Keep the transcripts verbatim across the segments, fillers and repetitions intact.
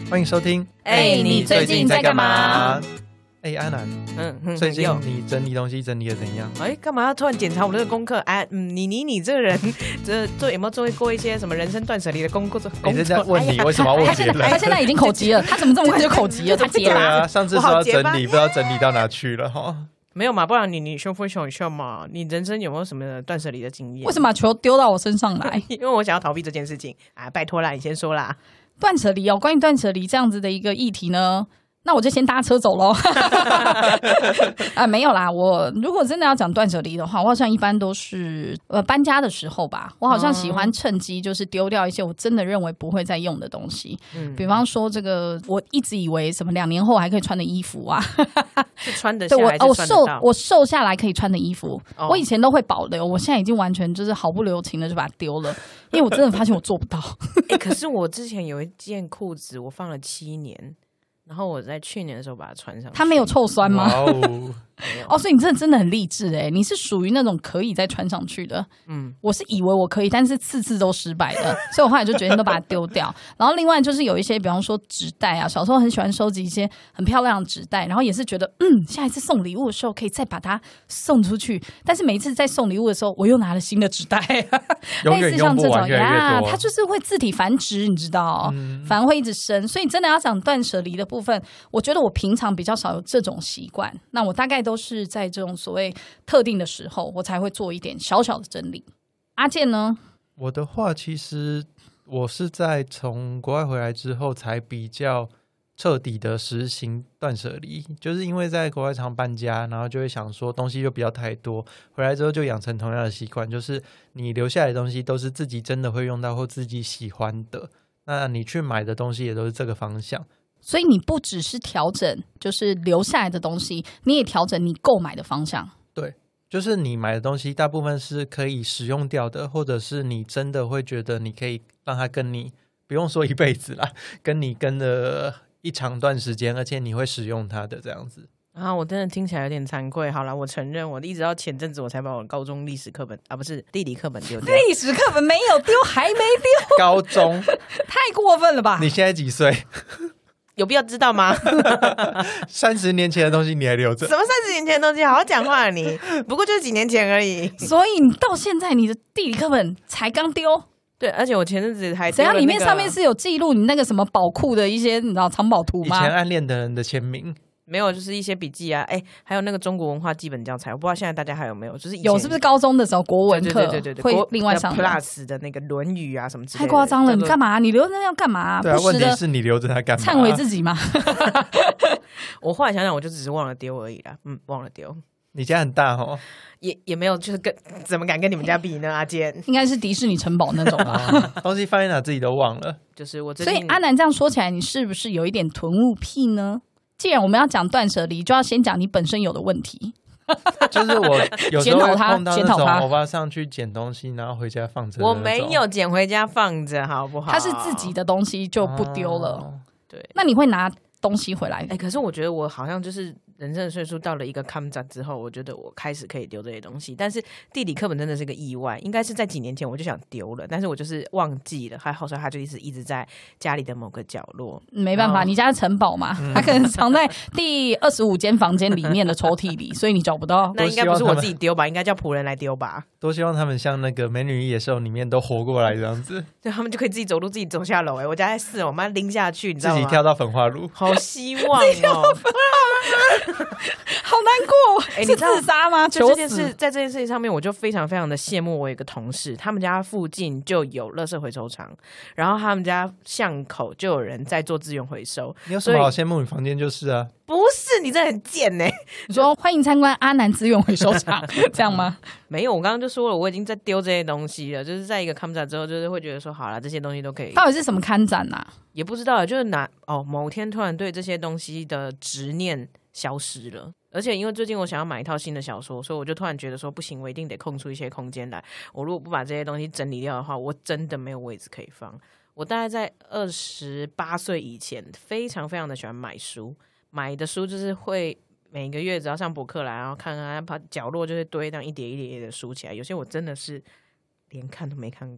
欢迎收听。 哎、欸，你最近在干嘛？ 哎、欸，阿南， 嗯嗯， 最近你整理东西整理的怎样？ 哎、欸，干嘛要突然检查我们这个功课？哎、啊，嗯，你你你这个人，这做有没有做过一些什么人生断舍离的工作？ 你是在问你为什么要问别人？ 他现在已经口急了，他怎么这么快就口急了？他结巴。 对啊，上次说要整理，不知道整理到哪去了哈。 没有嘛，不然你你先分享一下嘛，你人生有没有什么断舍离的经验？ 为什么把球丢到我身上来？ 因为我想要逃避这件事情啊！拜托啦，你先说啦。 断舍离哦，关于断舍离这样子的一个议题呢，那我就先搭车走咯啊，没有啦，我如果真的要讲断舍离的话，我好像一般都是呃搬家的时候吧，我好像喜欢趁机就是丢掉一些我真的认为不会再用的东西，嗯，比方说这个我一直以为什么两年后还可以穿的衣服啊， 是穿得下还是我穿得到？ 我瘦我瘦下来可以穿的衣服，哦，我以前都会保留，我现在已经完全就是毫不留情的就把它丢了，因为我真的发现我做不到。 欸，可是我之前有一件裤子，我放了七年。然后我在去年的时候把它穿上去， 它没有臭酸吗？ 哦， 哦，所以你真的真的很励志哎！你是属于那种可以再穿上去的。嗯，我是以为我可以，但是次次都失败的，所以我后来就决定都把它丢掉。然后另外就是有一些，比方说纸袋啊，小时候很喜欢收集一些很漂亮的纸袋，然后也是觉得嗯，下一次送礼物的时候可以再把它送出去。但是每一次在送礼物的时候，我又拿了新的纸袋， 永远用不完，越来越多。 它就是会自体繁殖，你知道，嗯，反而会一直生。所以真的要讲断舍离的部分。部分我觉得我平常比较少有这种习惯，那我大概都是在这种所谓特定的时候我才会做一点小小的整理。阿健呢？ 我的话其实我是在从国外回来之后才比较彻底的实行断舍离，就是因为在国外常搬家，然后就会想说东西就不要太多，回来之后就养成同样的习惯，就是你留下来的东西都是自己真的会用到或自己喜欢的，那你去买的东西也都是这个方向。 所以你不只是调整就是留下来的东西，你也调整你购买的方向。 对，就是你买的东西大部分是可以使用掉的，或者是你真的会觉得你可以让它跟你不用说一辈子啦，跟你跟了一长段时间，而且你会使用它的这样子啊。我真的听起来有点惭愧。好啦，我承认我一直到前阵子我才把我高中历史课本啊不是地理课本丢掉。 历史课本没有丢还没丢高中太过分了吧。 你现在几岁？ 有必要知道吗？ 三十年前的东西你还留着？ 什么三十年前的东西？好好讲话啊你！不过就是几年前而已。 所以你到现在你的地理课本才刚丢？ 对，而且我前阵子还怎样？里面上面是有记录你那个什么宝库的一些你知道藏宝图吗？ 以前暗恋的人的签名。 没有，就是一些笔记啊，哎，还有那个中国文化基本教材，我不知道现在大家还有没有，就是以前有，是不是高中的时候国文课对对对对会另外上 plus 的那个《论语》啊什么之类的？ 太夸张了！你干嘛？你留着那要干嘛？ 对啊，问题是你留着它干嘛？ 忏悔自己吗？ 我后来想想，我就只是忘了丢而已啦，嗯，忘了丢。 你家很大哦， 也也没有，就是跟怎么敢跟你们家比呢？阿健应该是迪士尼城堡那种吧、 哦、东西放在哪自己都忘了。 就是我， 所以阿南这样说起来，你是不是有一点囤物癖呢？既然我们要讲断舍离，就要先讲你本身有的问题。 就是我有时候会碰到那种欧巴上去捡东西，然后回家放着。 我没有捡回家放着，好不好？ 他是自己的东西就不丢了。哦、 对， 那你会拿东西回来？ 哎、欸，可是我觉得我好像就是人生的岁数到了一个坎站之后，我觉得我开始可以丢这些东西。但是地理课本真的是个意外，应该是在几年前我就想丢了，但是我就是忘记了，还好说它就一直一直在家里的某个角落。 没办法，你家是城堡嘛，它、嗯、可能藏在第二十五间房间里面的抽屉里，所以你找不到。 那应该不是我自己丢吧？应该叫仆人来丢吧？ 多希望他们像那个《美女与野兽》里面都活过来这样子， 对，他们就可以自己走路，自己走下楼。哎，我家在四楼，我妈拎下去，你知道吗？ 自己跳到焚化炉， 好希望哦。 好难过，哎、欸，是自杀吗？ 在这件事，在这件事情上面，我就非常非常的羡慕我有一个同事，他们家附近就有垃圾回收厂，然后他们家巷口就有人在做资源回收。 你有什么好羡慕？你房间就是啊， 不是，你真的很贱呢、欸。 你说欢迎参观阿南资源回收厂，这样吗？ 没有，我刚刚就说了，我已经在丢这些东西了，就是在一个看展之后，就是会觉得说，好了，这些东西都可以。 到底是什么看展啊？ 也不知道，就是拿哦，某天突然对这些东西的执念消失了。而且因为最近我想要买一套新的小说，所以我就突然觉得说不行，我一定得空出一些空间来。我如果不把这些东西整理掉的话，我真的没有位置可以放。我大概在二十八岁以前非常非常的喜欢买书，买的书就是会每个月只要上博客来，然后看看把角落就会堆这样一叠一叠的书起来，有些我真的是连看都没看过。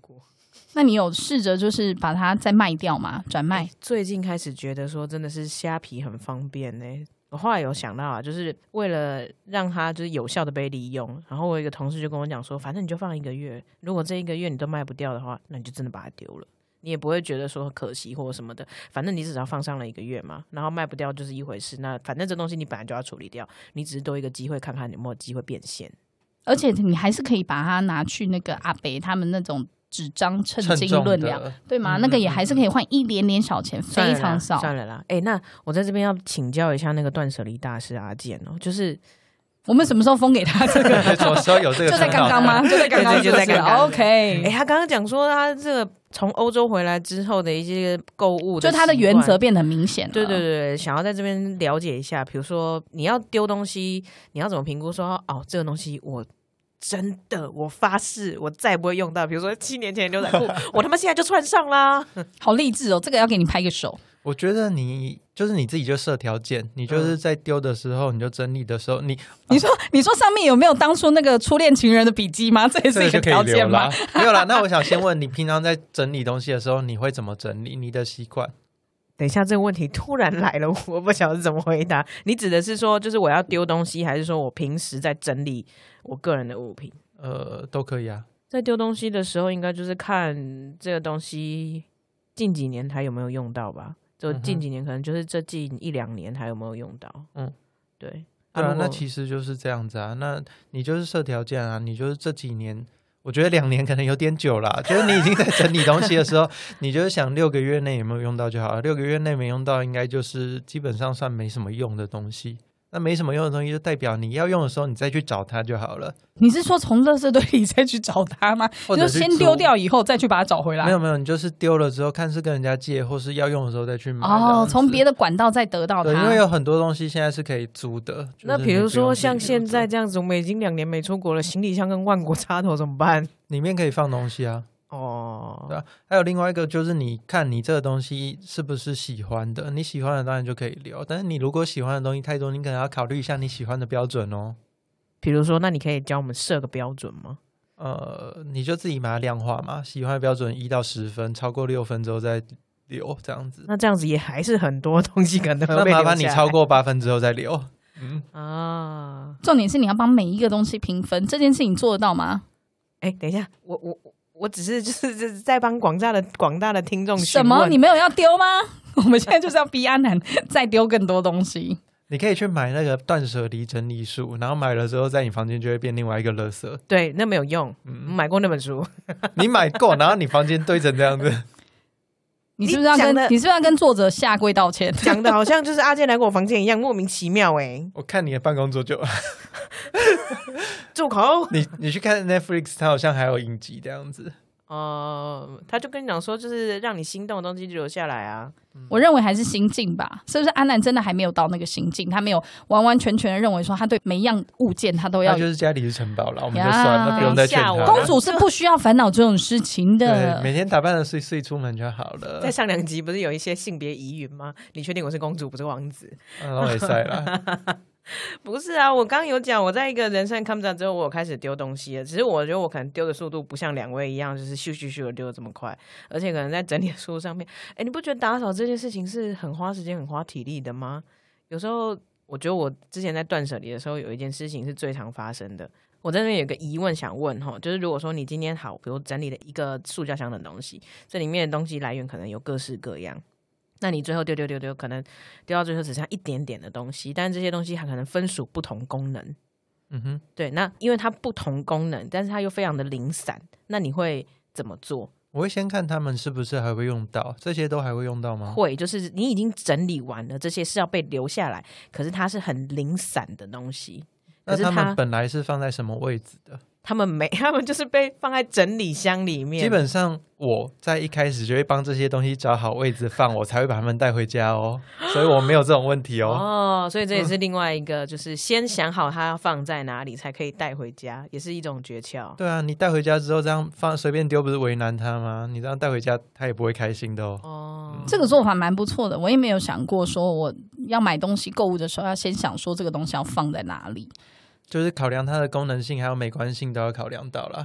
那你有试着就是把它再卖掉吗？转卖？ 欸最近开始觉得说真的是虾皮很方便呢、欸。我后来有想到啊，就是为了让它就是有效的被利用，然后我有一个同事就跟我讲说，反正你就放一个月，如果这一个月你都卖不掉的话，那你就真的把它丢了，你也不会觉得说可惜或什么的，反正你至少放上了一个月嘛，然后卖不掉就是一回事，那反正这东西你本来就要处理掉，你只是多一个机会看看有没有机会变现， 而且你还是可以把它拿去那个阿北他们那种纸张称斤论两，对吗？嗯、那个也还是可以换一点点小钱，非常少。 算了啦，哎、欸，那我在这边要请教一下那个断舍离大师阿健哦，就是我们什么时候封给他这个？ 什么时候有这个？ 就在刚刚吗？就在刚刚， 就在刚刚。 OK， 哎、欸，他刚刚讲说他这个从欧洲回来之后的一些购物的， 就他的原则变得很明显了。 对对对，想要在这边了解一下，比如说你要丢东西，你要怎么评估说哦，这个东西我。真的，我发誓，我再也不会用到。比如说七年前的牛仔裤，我他妈现在就穿上啦！ 好励志哦，这个要给你拍个手。 我觉得你就是你自己就设条件，你就是在丢的时候，嗯、你就整理的时候，你你说、啊、你说上面有没有当初那个初恋情人的笔记吗？这也是一个条件吗？ 没有啦。那我想先问你，平常在整理东西的时候，你会怎么整理？你的习惯？ 等一下，这个问题突然来了，我不晓得怎么回答。你指的是说，就是我要丢东西，还是说我平时在整理我个人的物品？ 呃，都可以啊。 在丢东西的时候，应该就是看这个东西近几年还有没有用到吧？就近几年，可能就是这近一两年还有没有用到？嗯，对。 对啊，那其实就是这样子啊。那你就是设条件啊，你就是这几年。我觉得两年可能有点久啦，就是你已经在整理东西的时候，你就是想六个月内有没有用到就好了。六个月内没用到，应该就是基本上算没什么用的东西。那没什么用的东西，就代表你要用的时候，你再去找它就好了。 你是说从垃圾堆里再去找它吗？ 或者就先丢掉以后再去把它找回来？ 没有没有，你就是丢了之后，看是跟人家借，或是要用的时候再去买。 哦，从别的管道再得到它。 对，因为有很多东西现在是可以租的。就是、 那比如说像现在这样子，我们已经两年没出国了，行李箱跟万国插头怎么办？ 里面可以放东西啊。哦，对啊，还有另外一个就是你看你这个东西是不是喜欢的，你喜欢的当然就可以留，但是你如果喜欢的东西太多，你可能要考虑一下你喜欢的标准哦。 比如说，那你可以教我们设个标准吗？ 呃，你就自己把它量化嘛，喜欢的标准一到十分，超过六分之后再留，这样子。 那这样子也还是很多东西可能会被留下来。 那麻烦你超过八分之后再留。嗯啊，重点是你要帮每一个东西评分，这件事情做得到吗？ 哎，等一下，我我。我只是就是就是在帮广大的广大的听众询问什么？你没有要丢吗？我们现在就是要逼阿南再丢更多东西。 你可以去买那个断舍离整理术，然后买了之后，在你房间就会变另外一个垃圾。 对，那没有用。嗯，买过那本书， 你买过，然后你房间堆成这样子。 你是不是要跟你是不是要跟作者下跪道歉？ 讲的好像就是阿健来过我房间一样，莫名其妙哎、欸。 我看你的办公桌就住口！ 你你去看 Netflix， 它好像还有影集这样子。 呃，他就跟你讲说，就是让你心动的东西就留下来啊。 我认为还是心境吧，是不是？安南真的还没有到那个心境，他没有完完全全的认为说他对每一样物件他都要。 他就是家里是城堡了，我们就算了，不用再劝他。 公主是不需要烦恼这种事情的， 对，每天打扮的碎碎出门就好了。 在上两集不是有一些性别疑云吗？你确定我是公主不是王子？ 嗯，那没赛了。 不是啊，我刚刚有讲，我在一个人生看不到之后，我有开始丢东西了。只是我觉得我可能丢的速度不像两位一样，就是咻咻咻的丢的这么快，而且可能在整理的速度上面，哎，你不觉得打扫这件事情是很花时间、很花体力的吗？有时候我觉得我之前在断舍离的时候，有一件事情是最常发生的。我在那边有个疑问想问哈，就是如果说你今天好，比如整理了一个塑胶箱的东西，这里面的东西来源可能有各式各样。那你最后丢丢丢丢，可能丢到最后只剩下一点点的东西，但是这些东西它可能分属不同功能。嗯哼，对，那因为它不同功能，但是它又非常的零散，那你会怎么做？ 我会先看他们是不是还会用到，这些都还会用到吗？ 会，就是你已经整理完了，这些是要被留下来，可是它是很零散的东西。 那他们本来是放在什么位置的？ 他们没，他们就是被放在整理箱里面。 基本上我在一开始就会帮这些东西找好位置放，我才会把他们带回家哦，所以我没有这种问题哦。 哦，所以这也是另外一个，就是先想好它要放在哪里，才可以带回家，也是一种诀窍。 对啊，你带回家之后这样放随便丢，不是为难他吗？你这样带回家，他也不会开心的哦。哦、 嗯，这个做法蛮不错的，我也没有想过说我要买东西购物的时候要先想说这个东西要放在哪里。 就是考量它的功能性还有美观性都要考量到啦。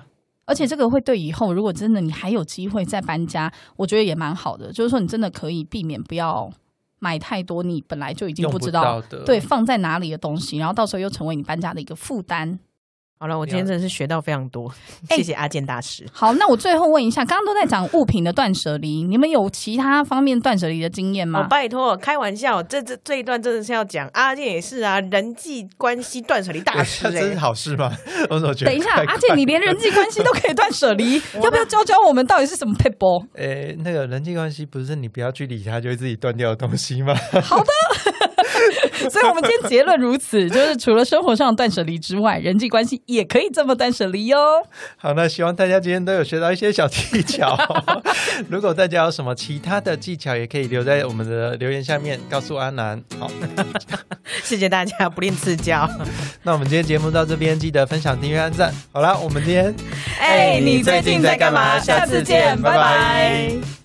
而且这个会对以后如果真的你还有机会再搬家，我觉得也蛮好的，就是说你真的可以避免不要买太多你本来就已经不知道对放在哪里的东西，然后到时候又成为你搬家的一个负担。 好了，我今天真的是学到非常多，谢谢阿健大师。 好，那我最后问一下，刚刚都在讲物品的断舍离，你们有其他方面断舍离的经验吗？ 哦，拜托，开玩笑，这这这一段真的是要讲阿健也是啊，人际关系断舍离大师、欸， 这是好事吗？我怎么觉得？ 等一下，阿健，你连人际关系都可以断舍离，要不要教教我们到底是什么撇步？ 诶，那个人际关系不是你不要去理他就会自己断掉的东西吗？ 好的。所以我们今天结论如此，就是除了生活上的断舍离之外，人际关系也可以这么断舍离哟。 好，那希望大家今天都有学到一些小技巧。如果大家有什么其他的技巧，也可以留在我们的留言下面告诉阿南。好， 谢谢大家，不吝赐教。 那我们今天节目到这边，记得分享、订阅、按赞。好啦，我们今天， 哎，你最近在干嘛？下次见，拜拜。